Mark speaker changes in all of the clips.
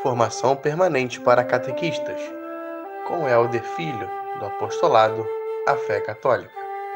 Speaker 1: Formação permanente para catequistas, com Helder Filho, do Apostolado A Fé Católica.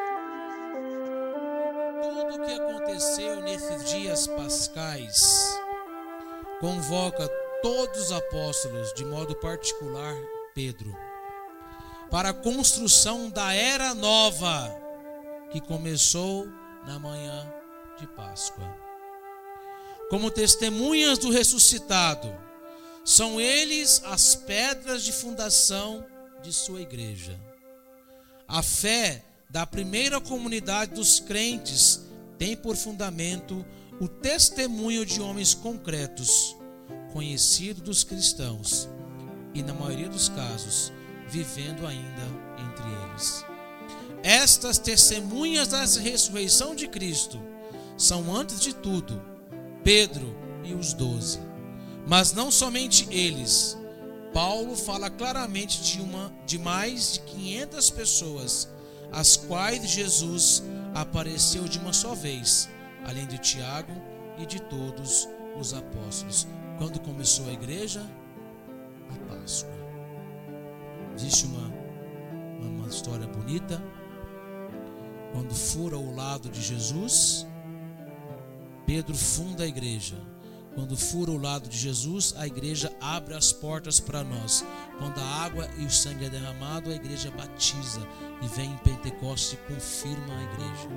Speaker 2: Tudo o que aconteceu nesses dias pascais convoca todos os apóstolos, de modo particular Pedro, para a construção da era nova que começou na manhã de Páscoa. Como testemunhas do ressuscitado, são eles as pedras de fundação de sua igreja. A fé da primeira comunidade dos crentes tem por fundamento o testemunho de homens concretos, conhecidos dos cristãos, e na maioria dos casos, vivendo ainda entre eles. Estas testemunhas da ressurreição de Cristo são, antes de tudo, Pedro e os 12. Mas não somente eles. Paulo fala claramente de mais de 500 pessoas, às quais Jesus apareceu de uma só vez, além de Tiago e de todos os apóstolos. Quando começou a igreja? A Páscoa. Existe uma história bonita. Quando fura o lado de Jesus, Pedro funda a igreja. Quando fura o lado de Jesus, a igreja abre as portas para nós. Quando a água e o sangue é derramado, a igreja batiza. E vem em Pentecostes e confirma a igreja.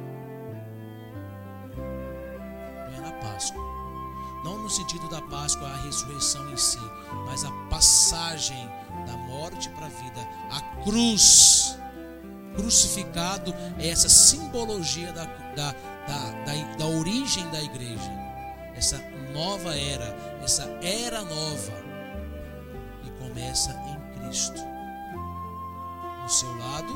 Speaker 2: Não é na Páscoa. Não no sentido da Páscoa, a ressurreição em si, mas a passagem da morte para a vida. A cruz. Crucificado é essa simbologia da origem da igreja. Essa nova era, essa era nova, que começa em Cristo. No seu lado,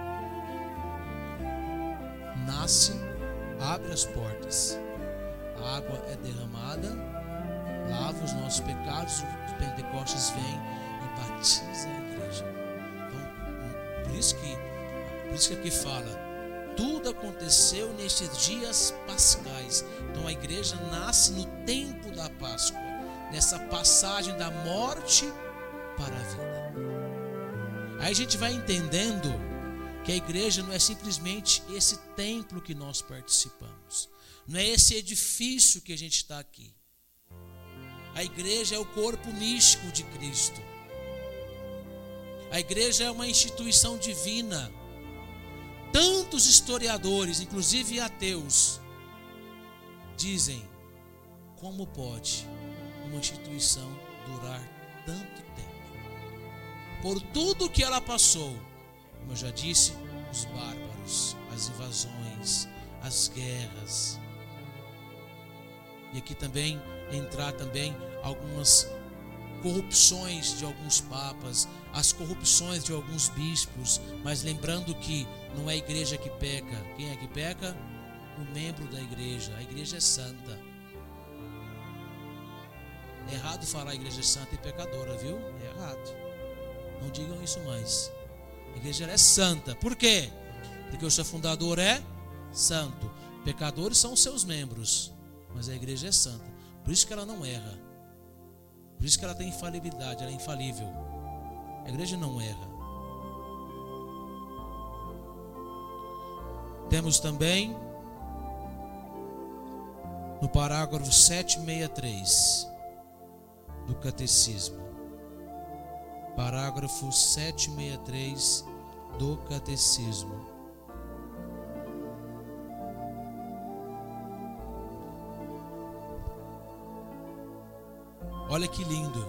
Speaker 2: nasce, abre as portas, a água é derramada, lava os nossos pecados, os Pentecostes vêm e batiza a igreja. Então, por isso que aqui fala, tudo aconteceu nestes dias pascais. Então a igreja nasce no tempo da Páscoa, nessa passagem da morte para a vida. Aí a gente vai entendendo que a igreja não é simplesmente esse templo que nós participamos, não é esse edifício que a gente está aqui. A igreja é o corpo místico de Cristo. A igreja é uma instituição divina. Tantos historiadores, inclusive ateus, dizem: como pode uma instituição durar tanto tempo? Por tudo que ela passou, como eu já disse, os bárbaros, as invasões, as guerras. E aqui também entrar também algumas corrupções de alguns papas, as corrupções de alguns bispos, mas lembrando que não é a igreja que peca. Quem é que peca? O membro da igreja. A igreja é santa. É errado falar a igreja é santa e pecadora, viu? É errado. Não digam isso mais. A igreja é santa. Por quê? Porque o seu fundador é santo. Pecadores são os seus membros, mas a igreja é santa. Por isso que ela não erra. Por isso que ela tem infalibilidade, ela é infalível. A igreja não erra. Temos também no parágrafo 763 do Catecismo. Parágrafo 763 do Catecismo. Olha que lindo.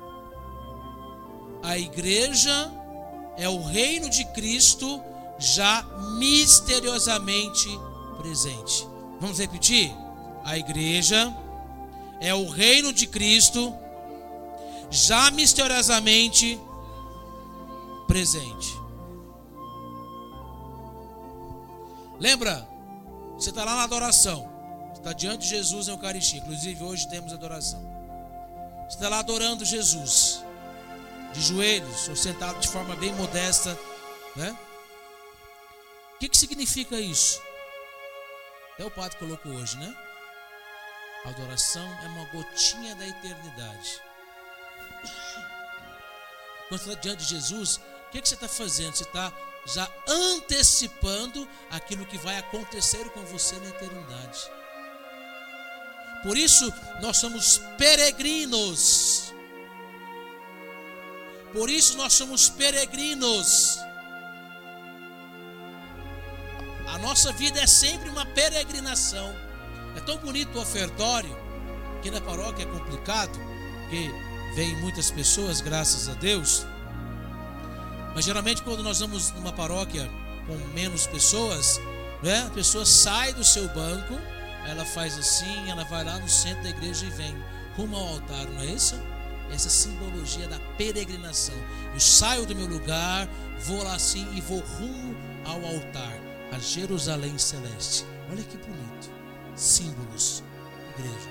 Speaker 2: A igreja é o reino de Cristo já misteriosamente presente. Vamos repetir? A igreja é o reino de Cristo já misteriosamente presente. Lembra? Você está lá na adoração. Você está diante de Jesus em Eucaristia. Inclusive hoje temos adoração. Você está lá adorando Jesus, de joelhos ou sentado de forma bem modesta, né? O que significa isso? Até o padre colocou hoje, né? A adoração é uma gotinha da eternidade. Quando você está diante de Jesus, o que você está fazendo? Você está já antecipando aquilo que vai acontecer com você na eternidade. Por isso, nós somos peregrinos. Por isso, nós somos peregrinos. A nossa vida é sempre uma peregrinação. É tão bonito o ofertório, que na paróquia é complicado, porque vem muitas pessoas, graças a Deus. Mas geralmente quando nós vamos numa paróquia com menos pessoas, né, a pessoa sai do seu banco, ela faz assim, ela vai lá no centro da igreja e vem rumo ao altar, não é isso? Essa simbologia da peregrinação. Eu saio do meu lugar, vou lá assim e vou rumo ao altar, a Jerusalém Celeste. Olha que bonito. Símbolos, igreja.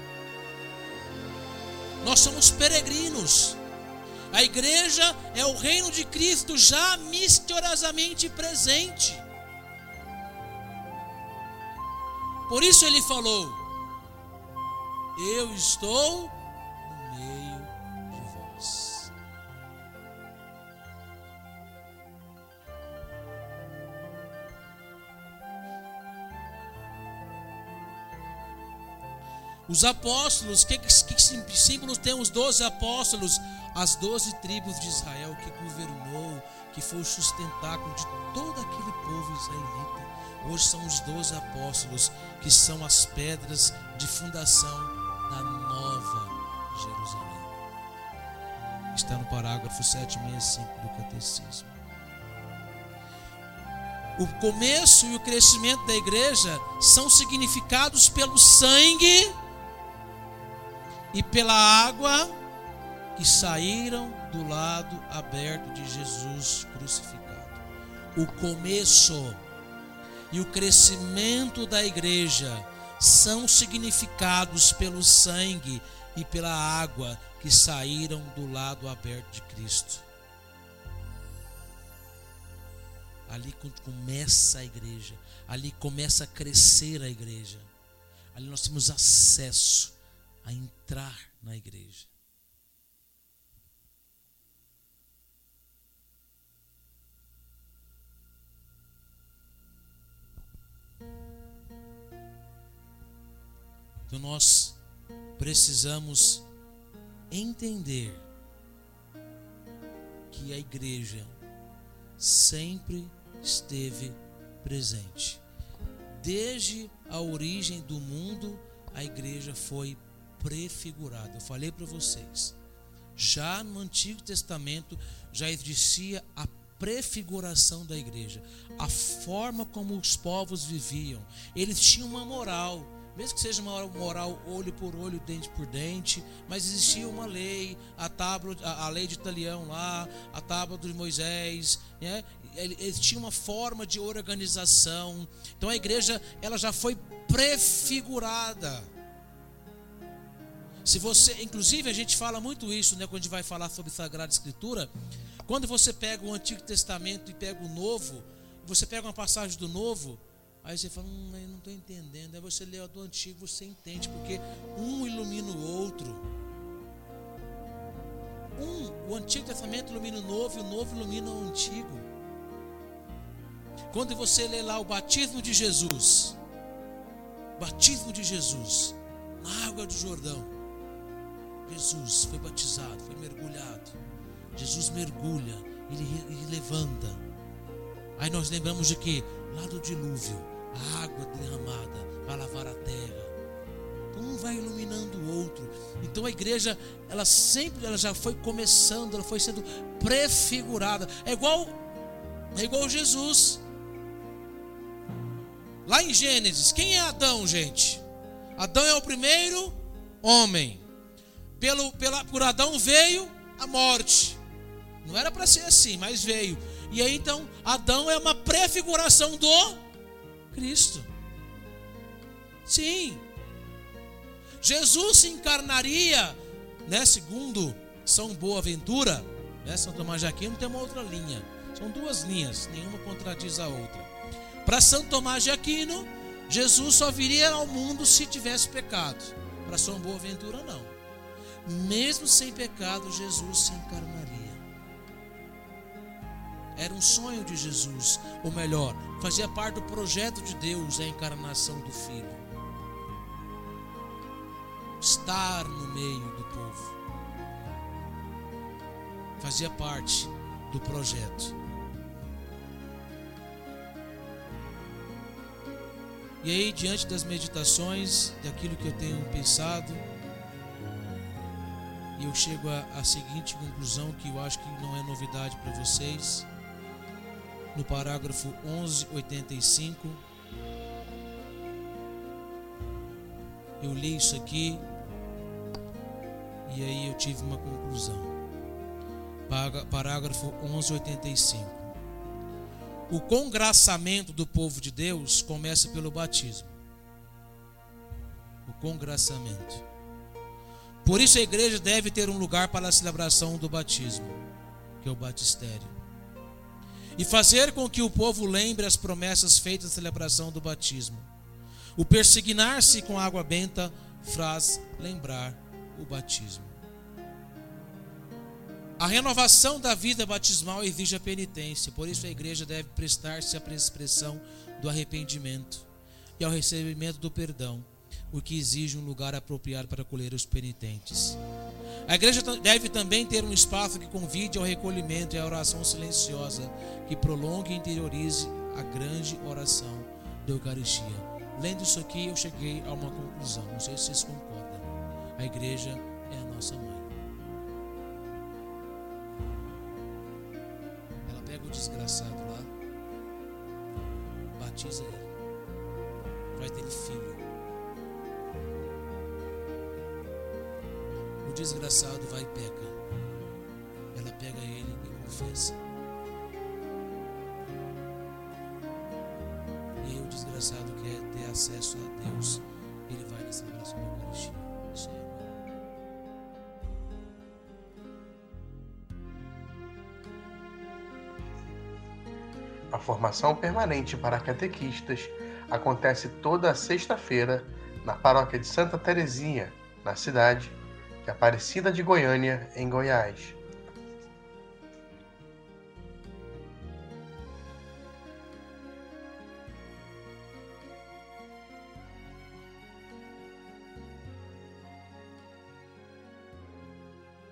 Speaker 2: Nós somos peregrinos. A igreja é o reino de Cristo já misteriosamente presente. Por isso ele falou: eu estou no meio de vós. Os apóstolos, que símbolos tem os 12 apóstolos? As 12 tribos de Israel que governou, que foi o sustentáculo de todo aquele povo israelita. Hoje são os 12 apóstolos, que são as pedras de fundação da nova Jerusalém. Está no parágrafo 765 do Catecismo. O começo e o crescimento da igreja são significados pelo sangue e pela água que saíram do lado aberto de Jesus crucificado. O começo e o crescimento da igreja são significados pelo sangue e pela água que saíram do lado aberto de Cristo. Ali quando começa a igreja, ali começa a crescer a igreja. Ali nós temos acesso a entrar na igreja. Então nós precisamos entender que a igreja sempre esteve presente. Desde a origem do mundo, a igreja foi prefigurada. Eu falei para vocês, já no Antigo Testamento já existia a prefiguração da igreja, a forma como os povos viviam. Eles tinham uma moral, mesmo que seja uma moral olho por olho, dente por dente, mas existia uma lei, a lei de Italião lá, a tábua de Moisés, né? Eles tinham uma forma de organização. Então a igreja, ela já foi prefigurada. Se você, inclusive a gente fala muito isso, né, quando a gente vai falar sobre Sagrada Escritura, quando você pega o Antigo Testamento e pega o Novo, você pega uma passagem do Novo, aí você fala, eu não estou entendendo. Aí você lê a do Antigo, você entende, porque um ilumina o outro. O Antigo Testamento ilumina o Novo e o Novo ilumina o Antigo. Quando você lê lá o batismo de Jesus, na água do Jordão, Jesus foi batizado, foi mergulhado. Jesus mergulha, ele levanta. Aí nós lembramos de que? Lá do dilúvio, a água derramada vai lavar a terra. Então um vai iluminando o outro. Então a igreja, ela já foi começando, ela foi sendo prefigurada. É igual Jesus. Lá em Gênesis, quem é Adão, gente? Adão é o primeiro homem. Por Adão veio a morte. Não era para ser assim, mas veio. E aí então, Adão é uma prefiguração do Cristo. Sim. Jesus se encarnaria, né, segundo São Boaventura, né, São Tomás de Aquino tem uma outra linha. São duas linhas, nenhuma contradiz a outra. Para São Tomás de Aquino, Jesus só viria ao mundo se tivesse pecado. Para São Boaventura, não. mesmo sem pecado, Jesus se encarnaria. Era um sonho de Jesus, ou melhor, fazia parte do projeto de Deus a encarnação do Filho. Estar no meio do povo. Fazia parte do projeto. E aí, diante das meditações, daquilo que eu tenho pensado, eu chego à seguinte conclusão, que eu acho que não é novidade para vocês. No parágrafo 1185, eu li isso aqui e aí eu tive uma conclusão. Parágrafo 1185. O congraçamento do povo de Deus começa pelo batismo. O congraçamento. Por isso a igreja deve ter um lugar para a celebração do batismo, que é o batistério. E fazer com que o povo lembre as promessas feitas na celebração do batismo. O persignar-se com água benta faz lembrar o batismo. A renovação da vida batismal exige a penitência, por isso a igreja deve prestar-se à expressão do arrependimento e ao recebimento do perdão, o que exige um lugar apropriado para acolher os penitentes. A igreja deve também ter um espaço que convide ao recolhimento e à oração silenciosa, que prolongue e interiorize a grande oração da Eucaristia. Lendo isso aqui, eu cheguei a uma conclusão, não sei se vocês concordam. A igreja é a nossa mãe. Ela pega o desgraçado lá, batiza ele, faz dele filho. O desgraçado vai e peca. Ela pega ele e confessa. E aí o desgraçado quer ter acesso a Deus. Ele vai na celebração da Eucaristia. Isso aí,
Speaker 1: A formação permanente para catequistas acontece toda sexta-feira na paróquia de Santa Terezinha, na cidade de Aparecida de Goiânia, em Goiás.